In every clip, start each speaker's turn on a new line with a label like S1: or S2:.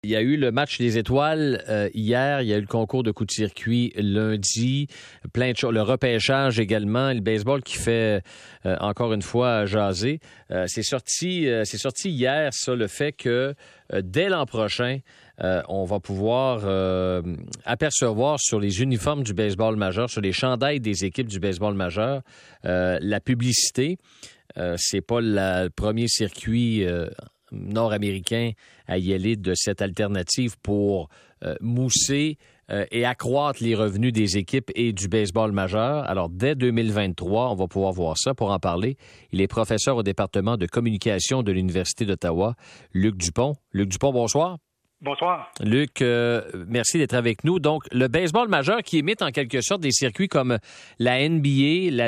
S1: Il y a eu le match des étoiles hier, il y a eu le concours de coups de circuit lundi, plein de choses, le repêchage également, le baseball qui fait encore une fois jaser. C'est sorti hier, ça, le fait que dès l'an prochain, on va pouvoir apercevoir sur les uniformes du baseball majeur, sur les chandails des équipes du baseball majeur, la publicité. C'est pas le premier circuit nord-américain à y aller de cette alternative pour mousser et accroître les revenus des équipes et du baseball majeur. Alors, dès 2023, on va pouvoir voir ça. Pour en parler, il est professeur au département de communication de l'Université d'Ottawa, Luc Dupont. Luc Dupont, bonsoir.
S2: Bonsoir.
S1: Luc, merci d'être avec nous. Donc, le baseball majeur qui émite en quelque sorte des circuits comme la NBA, la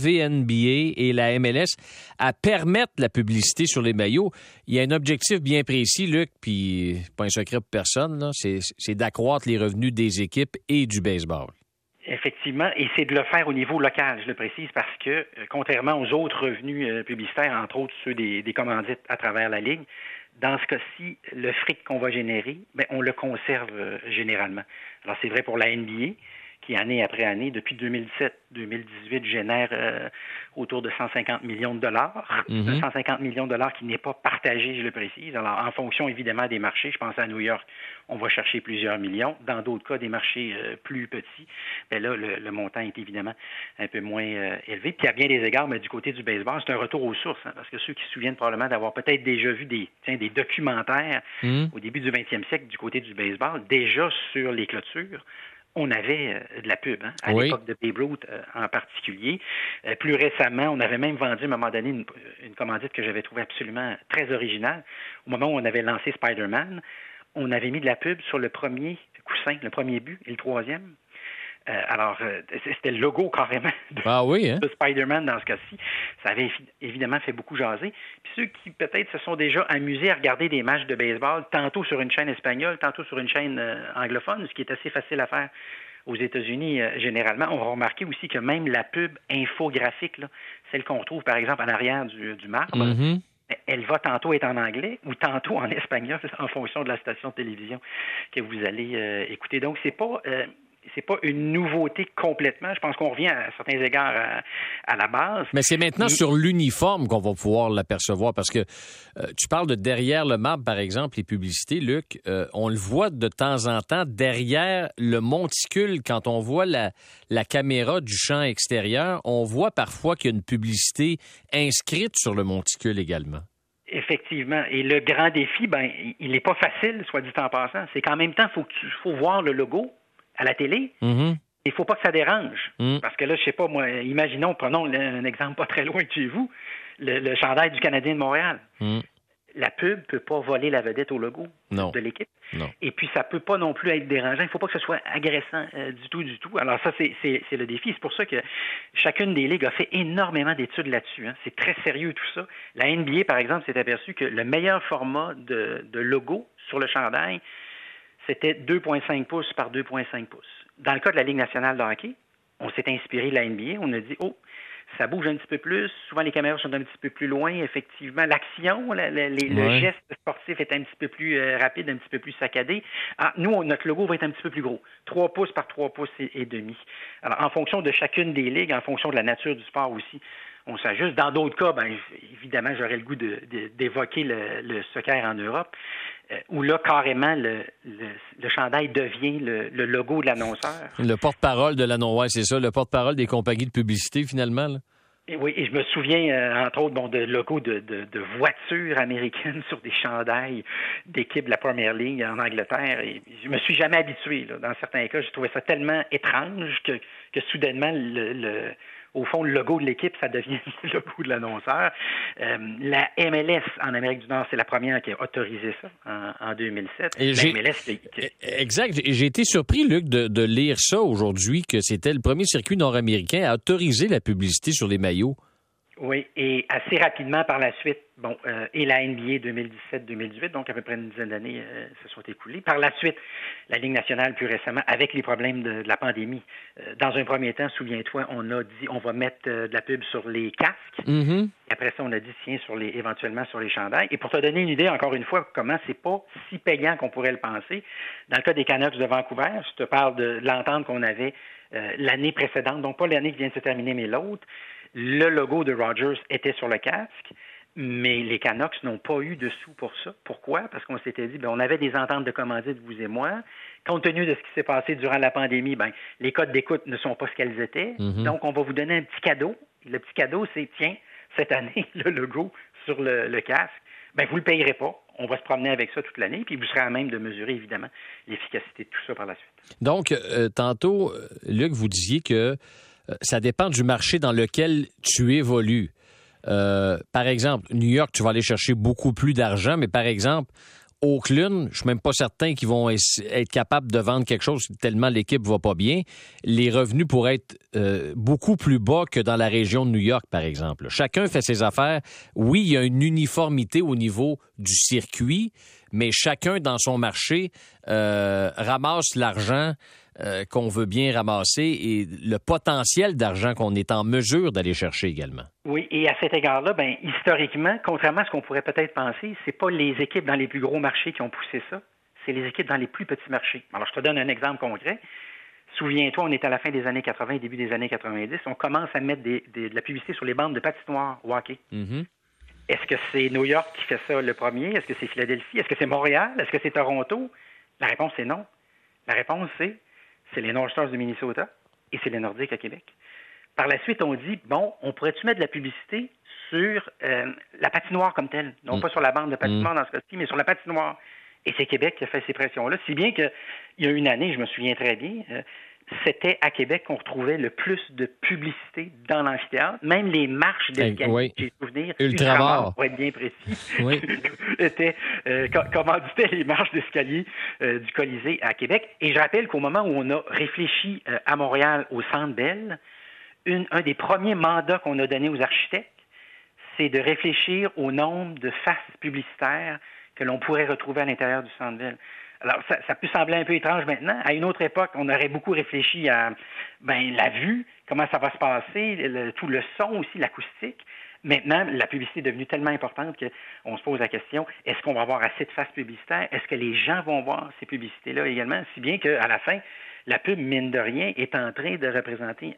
S1: WNBA et la MLS à permettre la publicité sur les maillots. Il y a un objectif bien précis, Luc, puis pas un secret pour personne, là, c'est d'accroître les revenus des équipes et du baseball.
S2: Effectivement, et c'est de le faire au niveau local, je le précise, parce que contrairement aux autres revenus publicitaires, entre autres ceux des commandites à travers la Ligue, dans ce cas-ci, le fric qu'on va générer, on le conserve généralement. Alors, c'est vrai pour la NBA, qui, année après année, depuis 2017-2018, génère autour de 150 millions de dollars. 150 millions de dollars qui n'est pas partagé, je le précise. Alors, en fonction, évidemment, des marchés, je pense à New York, on va chercher plusieurs millions. Dans d'autres cas, des marchés plus petits, là, le montant est évidemment un peu moins élevé. Puis, à bien des égards, mais du côté du baseball, c'est un retour aux sources, parce que ceux qui se souviennent probablement d'avoir peut-être déjà vu des documentaires au début du 20e siècle du côté du baseball, déjà sur les clôtures, on avait de la pub, à l'époque de Babe Ruth en particulier. Plus récemment, on avait même vendu à un moment donné une commandite que j'avais trouvée absolument très originale. Au moment où on avait lancé Spider-Man, on avait mis de la pub sur le premier coussin, le premier but et le troisième. Alors, c'était le logo carrément de Spider-Man dans ce cas-ci. Ça avait évidemment fait beaucoup jaser. Puis ceux qui peut-être se sont déjà amusés à regarder des matchs de baseball, tantôt sur une chaîne espagnole, tantôt sur une chaîne anglophone, ce qui est assez facile à faire aux États-Unis généralement, on va remarquer aussi que même la pub infographique, là, celle qu'on trouve par exemple en arrière du marbre, elle va tantôt être en anglais ou tantôt en espagnol en fonction de la station de télévision que vous allez écouter. Donc, c'est pas une nouveauté complètement. Je pense qu'on revient à certains égards à la base.
S1: Mais c'est maintenant sur l'uniforme qu'on va pouvoir l'apercevoir parce que tu parles de derrière le marbre, par exemple, les publicités, Luc. On le voit de temps en temps derrière le monticule. Quand on voit la caméra du champ extérieur, on voit parfois qu'il y a une publicité inscrite sur le monticule également.
S2: Effectivement. Et le grand défi, il n'est pas facile, soit dit en passant. C'est qu'en même temps, faut voir le logo à la télé, il ne faut pas que ça dérange. Parce que là, je sais pas, moi, imaginons, prenons un exemple pas très loin de chez vous, le chandail du Canadien de Montréal. La pub ne peut pas voler la vedette au logo de l'équipe.
S1: Non.
S2: Et puis, ça ne peut pas non plus être dérangeant. Il ne faut pas que ce soit agressant du tout. Alors ça, c'est le défi. C'est pour ça que chacune des ligues a fait énormément d'études là-dessus. C'est très sérieux tout ça. La NBA, par exemple, s'est aperçue que le meilleur format de logo sur le chandail, c'était 2,5 pouces par 2,5 pouces. Dans le cas de la Ligue nationale de hockey, on s'est inspiré de la NBA. On a dit, ça bouge un petit peu plus. Souvent, les caméras sont un petit peu plus loin. Effectivement, l'action, le geste sportif est un petit peu plus rapide, un petit peu plus saccadé. Nous, notre logo va être un petit peu plus gros. 3 pouces par 3 pouces et demi. Alors, en fonction de chacune des ligues, en fonction de la nature du sport aussi, on s'ajuste. Dans d'autres cas, évidemment, j'aurais le goût d'évoquer le soccer en Europe, où là, carrément, le chandail devient le logo de l'annonceur.
S1: Le porte-parole de l'annonceur, c'est ça, le porte-parole des compagnies de publicité, finalement, là.
S2: Et oui, et je me souviens, entre autres, de logos de voitures américaines sur des chandails d'équipes de la Premier League en Angleterre. Et je me suis jamais habitué, là. Dans certains cas, je trouvais ça tellement étrange que soudainement, au fond, le logo de l'équipe, ça devient le logo de l'annonceur. La MLS en Amérique du Nord, c'est la première qui a autorisé ça en 2007.
S1: Exact. J'ai été surpris, Luc, de lire ça aujourd'hui, que c'était le premier circuit nord-américain à autoriser la publicité sur les maillots.
S2: Oui, et assez rapidement par la suite, et la NBA 2017-2018, donc à peu près une dizaine d'années se sont écoulées. Par la suite, la Ligue nationale, plus récemment, avec les problèmes de la pandémie. Dans un premier temps, souviens-toi, on a dit on va mettre de la pub sur les casques.
S1: Mm-hmm.
S2: Et après ça, on a dit tiens, éventuellement sur les chandails. Et pour te donner une idée, encore une fois, comment c'est pas si payant qu'on pourrait le penser, dans le cas des Canucks de Vancouver, je te parle de l'entente qu'on avait l'année précédente, donc pas l'année qui vient de se terminer, mais l'autre. Le logo de Rogers était sur le casque, mais les Canucks n'ont pas eu de sous pour ça. Pourquoi? Parce qu'on s'était dit, on avait des ententes de commandite, vous et moi. Compte tenu de ce qui s'est passé durant la pandémie, les codes d'écoute ne sont pas ce qu'elles étaient. Mm-hmm. Donc, on va vous donner un petit cadeau. Le petit cadeau, c'est, tiens, cette année, le logo sur le casque. Vous ne le payerez pas. On va se promener avec ça toute l'année, puis vous serez à même de mesurer, évidemment, l'efficacité de tout ça par la suite.
S1: Donc, tantôt, Luc, vous disiez que ça dépend du marché dans lequel tu évolues. Par exemple, New York, tu vas aller chercher beaucoup plus d'argent, mais par exemple, Oakland, je suis même pas certain qu'ils vont être capables de vendre quelque chose tellement l'équipe va pas bien. Les revenus pourraient être beaucoup plus bas que dans la région de New York, par exemple. Chacun fait ses affaires. Oui, il y a une uniformité au niveau du circuit, mais chacun dans son marché ramasse l'argent qu'on veut bien ramasser et le potentiel d'argent qu'on est en mesure d'aller chercher également.
S2: Oui, et à cet égard-là, historiquement, contrairement à ce qu'on pourrait peut-être penser, c'est pas les équipes dans les plus gros marchés qui ont poussé ça, c'est les équipes dans les plus petits marchés. Alors, je te donne un exemple concret. Souviens-toi, on est à la fin des années 80, début des années 90, on commence à mettre de la publicité sur les bandes de patinoire au hockey.
S1: Mm-hmm.
S2: Est-ce que c'est New York qui fait ça le premier? Est-ce que c'est Philadelphie? Est-ce que c'est Montréal? Est-ce que c'est Toronto? La réponse, c'est non. La réponse, c'est les North Stars du Minnesota et c'est les Nordiques à Québec. Par la suite, on dit, on pourrait-tu mettre de la publicité sur la patinoire comme telle? Non pas sur la bande de patinoire dans ce cas-ci, mais sur la patinoire. Et c'est Québec qui a fait ces pressions-là. Si bien qu'il y a une année, je me souviens très bien, c'était à Québec qu'on retrouvait le plus de publicité dans l'amphithéâtre. Même les marches d'escalier, j'ai souvenir, Ultramar, pour être bien précis, étaient commanditaient les marches d'escalier du Colisée à Québec. Et je rappelle qu'au moment où on a réfléchi à Montréal au Centre Bell, un des premiers mandats qu'on a donné aux architectes, c'est de réfléchir au nombre de faces publicitaires que l'on pourrait retrouver à l'intérieur du Centre Bell. Alors, ça peut sembler un peu étrange maintenant. À une autre époque, on aurait beaucoup réfléchi à la vue, comment ça va se passer, tout le son aussi, l'acoustique. Maintenant, la publicité est devenue tellement importante qu'on se pose la question, est-ce qu'on va avoir assez de faces publicitaires? Est-ce que les gens vont voir ces publicités-là également? Si bien qu'à la fin, la pub, mine de rien, est en train de représenter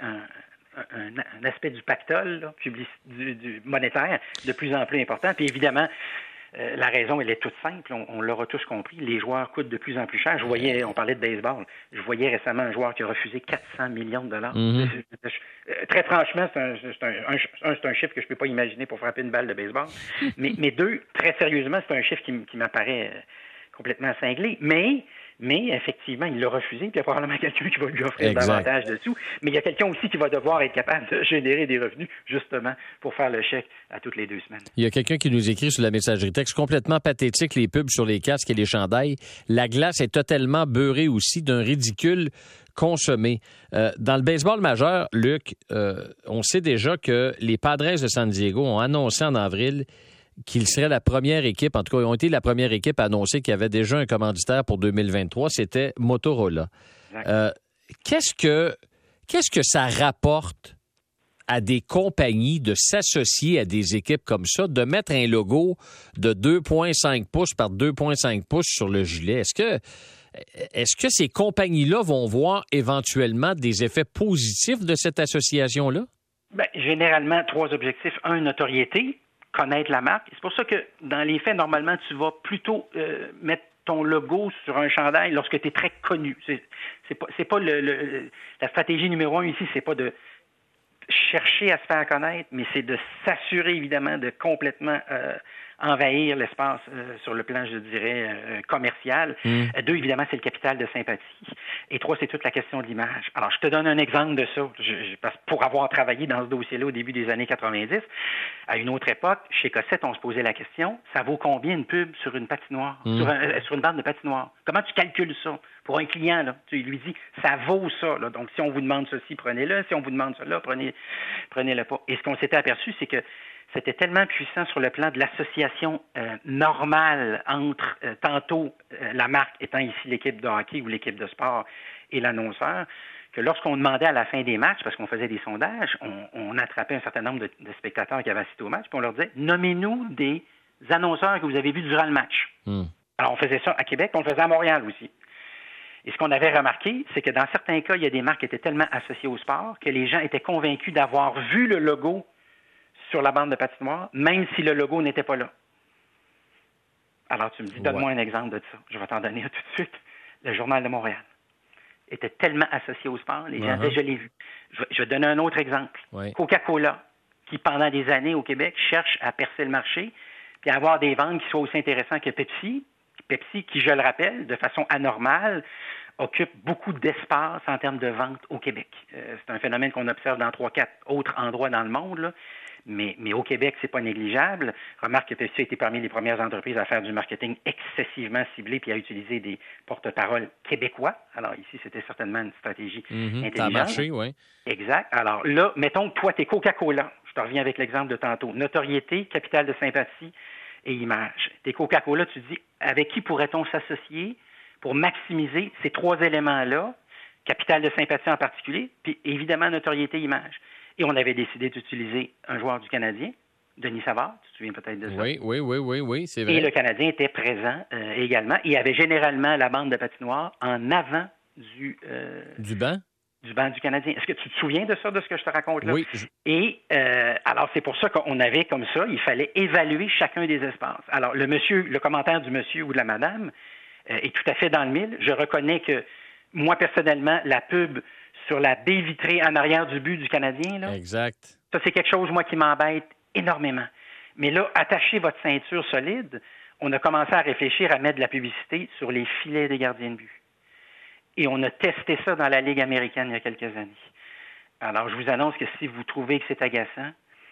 S2: un aspect du pactole là, du monétaire de plus en plus important. Puis évidemment, la raison, elle est toute simple. On l'aura tous compris. Les joueurs coûtent de plus en plus cher. On parlait de baseball. Je voyais récemment un joueur qui a refusé 400 millions de dollars. Mm-hmm. Très franchement, c'est un chiffre que je ne peux pas imaginer pour frapper une balle de baseball. Mais deux, très sérieusement, c'est un chiffre qui m'apparaît complètement cinglé. Mais effectivement, il l'a refusé, puis il y a probablement quelqu'un qui va lui offrir davantage de sous. Mais il y a quelqu'un aussi qui va devoir être capable de générer des revenus, justement, pour faire le chèque à toutes les 2 semaines.
S1: Il y a quelqu'un qui nous écrit sur la messagerie texte, complètement pathétique, les pubs sur les casques et les chandails. La glace est totalement beurrée aussi d'un ridicule consommé. Dans le baseball majeur, Luc, on sait déjà que les Padres de San Diego ont annoncé en avril qu'ils seraient la première équipe, en tout cas, ils ont été la première équipe à annoncer qu'il y avait déjà un commanditaire pour 2023, c'était Motorola. Qu'est-ce que ça rapporte à des compagnies de s'associer à des équipes comme ça, de mettre un logo de 2,5 pouces par 2,5 pouces sur le gilet? Est-ce que ces compagnies-là vont voir éventuellement des effets positifs de cette association-là?
S2: Généralement, 3 objectifs. 1, notoriété. Connaître la marque. C'est pour ça que, dans les faits, normalement, tu vas plutôt mettre ton logo sur un chandail lorsque tu es très connu. C'est pas la stratégie numéro 1 ici, c'est pas de chercher à se faire connaître, mais c'est de s'assurer, évidemment, de complètement envahir l'espace sur le plan, je dirais, commercial. 2, évidemment, c'est le capital de sympathie. Et 3, c'est toute la question de l'image. Alors, je te donne un exemple de ça. Parce que pour avoir travaillé dans ce dossier-là au début des années 90, à une autre époque, chez Cossette, on se posait la question, ça vaut combien une pub sur une patinoire, sur une bande de patinoire? Comment tu calcules ça? Pour un client, là, tu lui dis, ça vaut ça. Là. Donc, si on vous demande ceci, prenez-le. Si on vous demande cela, prenez-le pas. Et ce qu'on s'était aperçu, c'est que c'était tellement puissant sur le plan de l'association normale entre, tantôt, la marque étant ici l'équipe de hockey ou l'équipe de sport et l'annonceur, que lorsqu'on demandait à la fin des matchs, parce qu'on faisait des sondages, on attrapait un certain nombre de spectateurs qui avaient assisté au match, puis on leur disait, nommez-nous des annonceurs que vous avez vus durant le match. Alors, on faisait ça à Québec, on le faisait à Montréal aussi. Et ce qu'on avait remarqué, c'est que dans certains cas, il y a des marques qui étaient tellement associées au sport que les gens étaient convaincus d'avoir vu le logo sur la bande de patinoire, même si le logo n'était pas là. Alors, tu me dis, donne-moi un exemple de ça. Je vais t'en donner tout de suite. Le Journal de Montréal était tellement associé au sport, les gens disaient, je l'ai vu. Je vais donner un autre exemple. Coca-Cola, qui pendant des années au Québec cherche à percer le marché, puis à avoir des ventes qui soient aussi intéressantes que Pepsi. Pepsi, qui, je le rappelle, de façon anormale, occupe beaucoup d'espace en termes de vente au Québec. C'est un phénomène qu'on observe dans 3-4 autres endroits dans le monde, là. Mais au Québec, c'est pas négligeable. Remarque que Pepsi a été parmi les premières entreprises à faire du marketing excessivement ciblé puis à utiliser des porte-paroles québécois. Alors ici, c'était certainement une stratégie intelligente.
S1: Ça a marché, oui.
S2: Exact. Alors là, mettons que toi, t'es Coca-Cola. Je te reviens avec l'exemple de tantôt. Notoriété, capital de sympathie et image. T'es Coca-Cola, tu te dis, avec qui pourrait-on s'associer pour maximiser ces 3 éléments-là, capital de sympathie en particulier, puis évidemment notoriété, image. Et on avait décidé d'utiliser un joueur du Canadien, Denis Savard, tu te souviens peut-être de ça.
S1: Oui, c'est vrai.
S2: Et le Canadien était présent également. Il y avait généralement la bande de patinoire en avant du
S1: banc?
S2: Du banc du Canadien. Est-ce que tu te souviens de ça, de ce que je te raconte là?
S1: Oui.
S2: Et alors, c'est pour ça qu'on avait comme ça, il fallait évaluer chacun des espaces. Alors, le commentaire du monsieur ou de la madame est tout à fait dans le mille. Je reconnais que, moi, personnellement, la pub sur la baie vitrée en arrière du but du Canadien, là,
S1: exact.
S2: Ça, c'est quelque chose, moi, qui m'embête énormément. Mais là, attachez votre ceinture solide. On a commencé à réfléchir à mettre de la publicité sur les filets des gardiens de but. Et on a testé ça dans la Ligue américaine il y a quelques années. Alors, je vous annonce que si vous trouvez que c'est agaçant,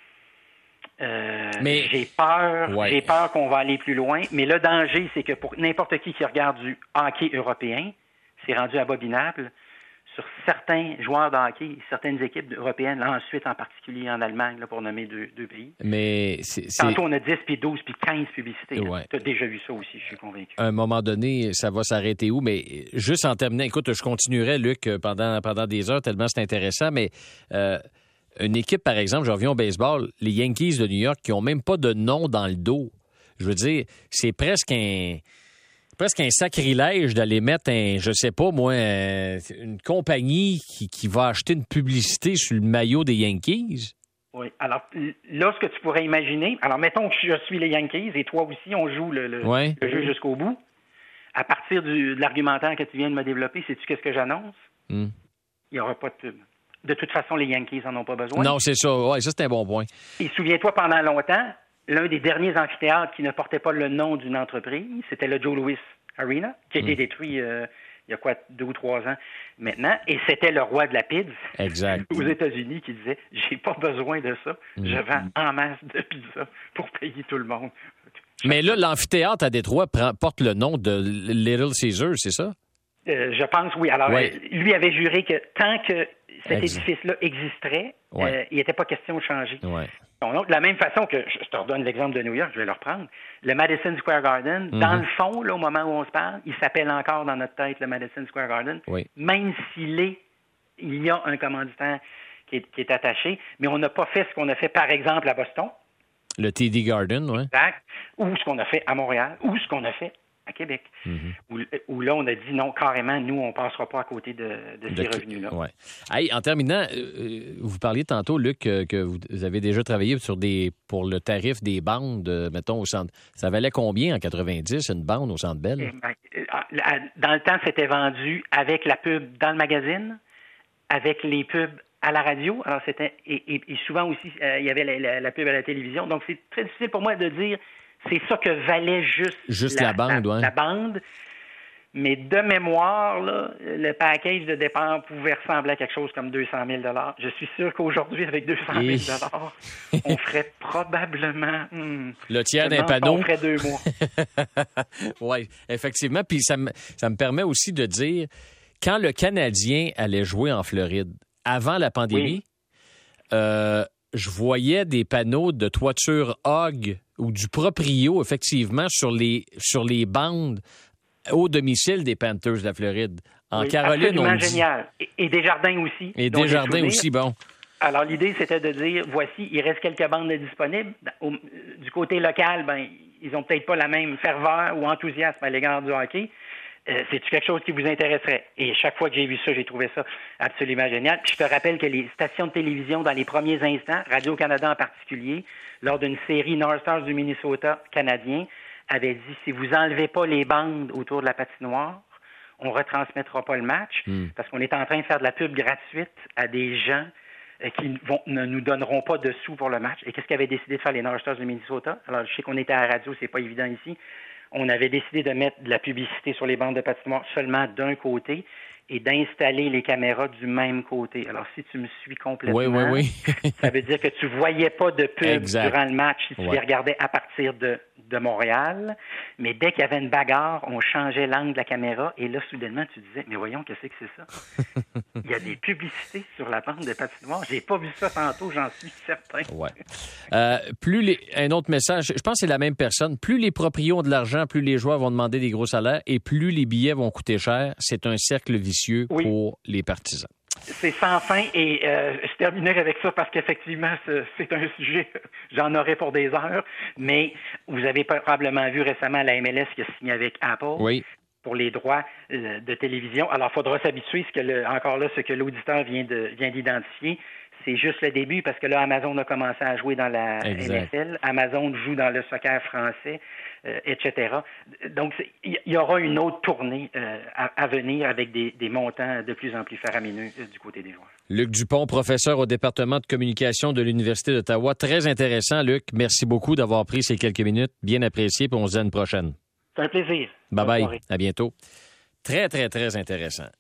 S2: j'ai peur qu'on va aller plus loin. Mais le danger, c'est que pour n'importe qui regarde du hockey européen, c'est rendu abominable. Sur certains joueurs de hockey, certaines équipes européennes, là, ensuite en particulier en Allemagne, là, pour nommer deux pays.
S1: Mais
S2: tantôt, on a 10, puis 12, puis 15 publicités.
S1: Ouais.
S2: Tu as déjà vu ça aussi, je suis convaincu.
S1: À un moment donné, ça va s'arrêter où? Mais juste en terminant, écoute, je continuerai, Luc, pendant des heures, tellement c'est intéressant, mais une équipe, par exemple, je reviens au baseball, les Yankees de New York, qui n'ont même pas de nom dans le dos. Je veux dire, c'est presque un sacrilège d'aller mettre une compagnie qui va acheter une publicité sur le maillot des Yankees.
S2: Oui. Alors, là, ce que tu pourrais imaginer, alors mettons que je suis les Yankees et toi aussi, on joue le jeu jusqu'au bout. À partir de l'argumentaire que tu viens de me développer, sais-tu qu'est-ce que j'annonce? Il n'y aura pas de pub. De toute façon, les Yankees n'en ont pas besoin.
S1: Non, c'est ça. Ouais, ça, c'est un bon point.
S2: Et souviens-toi, pendant longtemps, l'un des derniers amphithéâtres qui ne portait pas le nom d'une entreprise, c'était le Joe Louis Arena, qui a été détruit il y a 2 ou 3 ans maintenant, et c'était le roi de la pizza aux États-Unis qui disait « J'ai pas besoin de ça, je vends en masse de pizza pour payer tout le monde. »
S1: Mais là, l'amphithéâtre à Détroit porte le nom de Little Caesar, c'est ça?
S2: Je pense, oui. Alors, lui avait juré que tant que cet édifice-là existerait, il n'était pas question de changer.
S1: Ouais.
S2: Donc, de la même façon que, je te redonne l'exemple de New York, je vais le reprendre, le Madison Square Garden, dans le fond, là, au moment où on se parle, il s'appelle encore dans notre tête le Madison Square Garden, même il y a un commanditaire qui est attaché, mais on n'a pas fait ce qu'on a fait, par exemple, à Boston.
S1: Le TD Garden, oui.
S2: Exact. Ou ce qu'on a fait à Montréal, ou ce qu'on a fait à Québec, où là, on a dit non, carrément, nous, on ne passera pas à côté de ces revenus-là.
S1: Ouais. Hey, en terminant, vous parliez tantôt, Luc, que vous avez déjà travaillé pour le tarif des bandes, mettons, au centre. Ça valait combien en 90, une bande au Centre Bell?
S2: Dans le temps, c'était vendu avec la pub dans le magazine, avec les pubs à la radio. Alors, c'était et souvent aussi, il y avait la pub à la télévision. Donc, c'est très difficile pour moi de dire c'est ça que valait juste
S1: la bande,
S2: la bande. Mais de mémoire, là, le package de départ pouvait ressembler à quelque chose comme 200 000 $. Je suis sûr qu'aujourd'hui, avec 200 000 $, on ferait probablement...
S1: le tiers d'un panneau.
S2: On ferait 2 mois.
S1: Oui, effectivement. Puis ça me permet aussi de dire, quand le Canadien allait jouer en Floride, avant la pandémie, je voyais des panneaux de toiture Hog ou du proprio, effectivement, sur les bandes au domicile des Panthers de la Floride. En Caroline, on dit...
S2: génial. Et Desjardins aussi.
S1: Et Desjardins aussi, bon.
S2: Alors, l'idée, c'était de dire, voici, il reste quelques bandes disponibles. Du côté local, ils n'ont peut-être pas la même ferveur ou enthousiasme à l'égard du hockey. C'est-tu quelque chose qui vous intéresserait? Et chaque fois que j'ai vu ça, j'ai trouvé ça absolument génial. Puis je te rappelle que les stations de télévision, dans les premiers instants, Radio-Canada en particulier, lors d'une série North Stars du Minnesota canadien, avait dit, si vous enlevez pas les bandes autour de la patinoire, on retransmettra pas le match, parce qu'on est en train de faire de la pub gratuite à des gens qui ne nous donneront pas de sous pour le match. Et qu'est-ce qu'avaient décidé de faire les North Stars du Minnesota? Alors, je sais qu'on était à la radio, c'est pas évident ici. On avait décidé de mettre de la publicité sur les bandes de patinoire seulement d'un côté et d'installer les caméras du même côté. Alors, si tu me suis complètement,
S1: oui.
S2: ça veut dire que tu voyais pas de pub durant le match si tu les regardais à partir de Montréal. Mais dès qu'il y avait une bagarre, on changeait l'angle de la caméra et là, soudainement, tu disais, mais voyons, qu'est-ce que c'est ça? Il y a des publicités sur la bande de patinoire. J'ai pas vu ça tantôt, j'en suis certain.
S1: Ouais. Un autre message, je pense que c'est la même personne. Plus les proprios ont de l'argent, plus les joueurs vont demander des gros salaires et plus les billets vont coûter cher. C'est un cercle vicieux pour les partisans.
S2: C'est sans fin et je terminerai avec ça parce qu'effectivement, c'est un sujet, j'en aurais pour des heures, mais vous avez probablement vu récemment la MLS qui a signé avec Apple pour les droits de télévision. Alors, il faudra s'habituer, ce que l'auditeur vient d'identifier. C'est juste le début parce que là, Amazon a commencé à jouer dans la NFL. Amazon joue dans le soccer français, etc. Donc, il y aura une autre tournée à venir avec des montants de plus en plus faramineux du côté des joueurs.
S1: Luc Dupont, professeur au département de communication de l'Université d'Ottawa. Très intéressant, Luc. Merci beaucoup d'avoir pris ces quelques minutes. Bien apprécié, puis on se dit à une prochaine.
S2: C'est un plaisir.
S1: Bye-bye. À bientôt. Très, très, très intéressant.